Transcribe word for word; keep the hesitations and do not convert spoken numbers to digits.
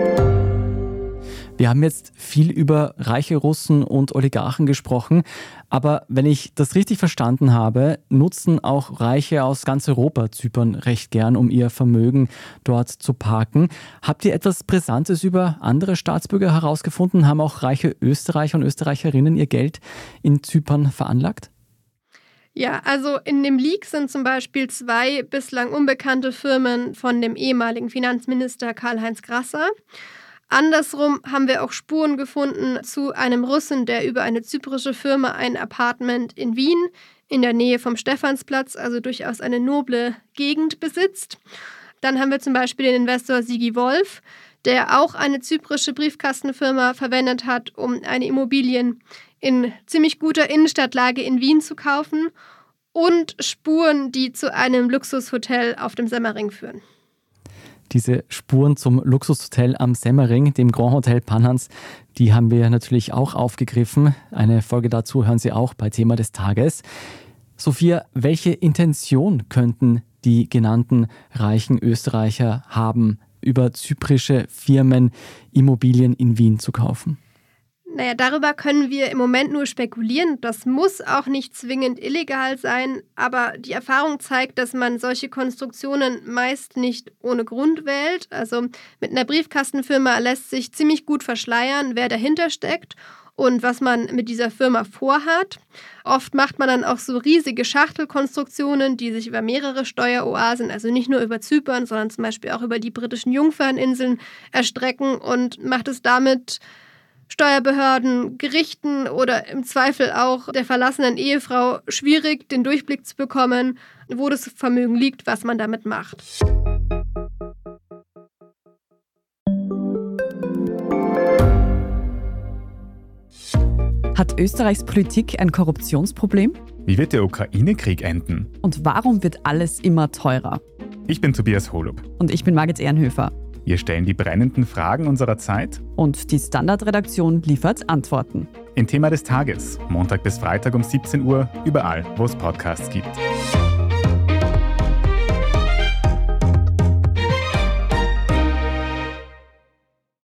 Wir haben jetzt viel über reiche Russen und Oligarchen gesprochen, aber wenn ich das richtig verstanden habe, nutzen auch Reiche aus ganz Europa Zypern recht gern, um ihr Vermögen dort zu parken. Habt ihr etwas Brisantes über andere Staatsbürger herausgefunden? Haben auch reiche Österreicher und Österreicherinnen ihr Geld in Zypern veranlagt? Ja, also in dem Leak sind zum Beispiel zwei bislang unbekannte Firmen von dem ehemaligen Finanzminister Karl-Heinz Grasser. Andersrum haben wir auch Spuren gefunden zu einem Russen, der über eine zyprische Firma ein Apartment in Wien in der Nähe vom Stephansplatz, also durchaus eine noble Gegend, besitzt. Dann haben wir zum Beispiel den Investor Sigi Wolf, der auch eine zyprische Briefkastenfirma verwendet hat, um eine Immobilien in ziemlich guter Innenstadtlage in Wien zu kaufen. Und Spuren, die zu einem Luxushotel auf dem Semmering führen. Diese Spuren zum Luxushotel am Semmering, dem Grand Hotel Panhans, die haben wir natürlich auch aufgegriffen. Eine Folge dazu hören Sie auch bei Thema des Tages. Sophia, welche Intention könnten die genannten reichen Österreicher haben, über zyprische Firmen Immobilien in Wien zu kaufen? Naja, darüber können wir im Moment nur spekulieren. Das muss auch nicht zwingend illegal sein, aber die Erfahrung zeigt, dass man solche Konstruktionen meist nicht ohne Grund wählt. Also mit einer Briefkastenfirma lässt sich ziemlich gut verschleiern, wer dahinter steckt und was man mit dieser Firma vorhat. Oft macht man dann auch so riesige Schachtelkonstruktionen, die sich über mehrere Steueroasen, also nicht nur über Zypern, sondern zum Beispiel auch über die britischen Jungferninseln erstrecken und macht es damit Steuerbehörden, Gerichten oder im Zweifel auch der verlassenen Ehefrau schwierig, den Durchblick zu bekommen, wo das Vermögen liegt, was man damit macht. Hat Österreichs Politik ein Korruptionsproblem? Wie wird der Ukraine-Krieg enden? Und warum wird alles immer teurer? Ich bin Tobias Holub. Und ich bin Margit Ehrenhöfer. Wir stellen die brennenden Fragen unserer Zeit. Und die Standardredaktion liefert Antworten. In Thema des Tages, Montag bis Freitag um siebzehn Uhr, überall, wo es Podcasts gibt.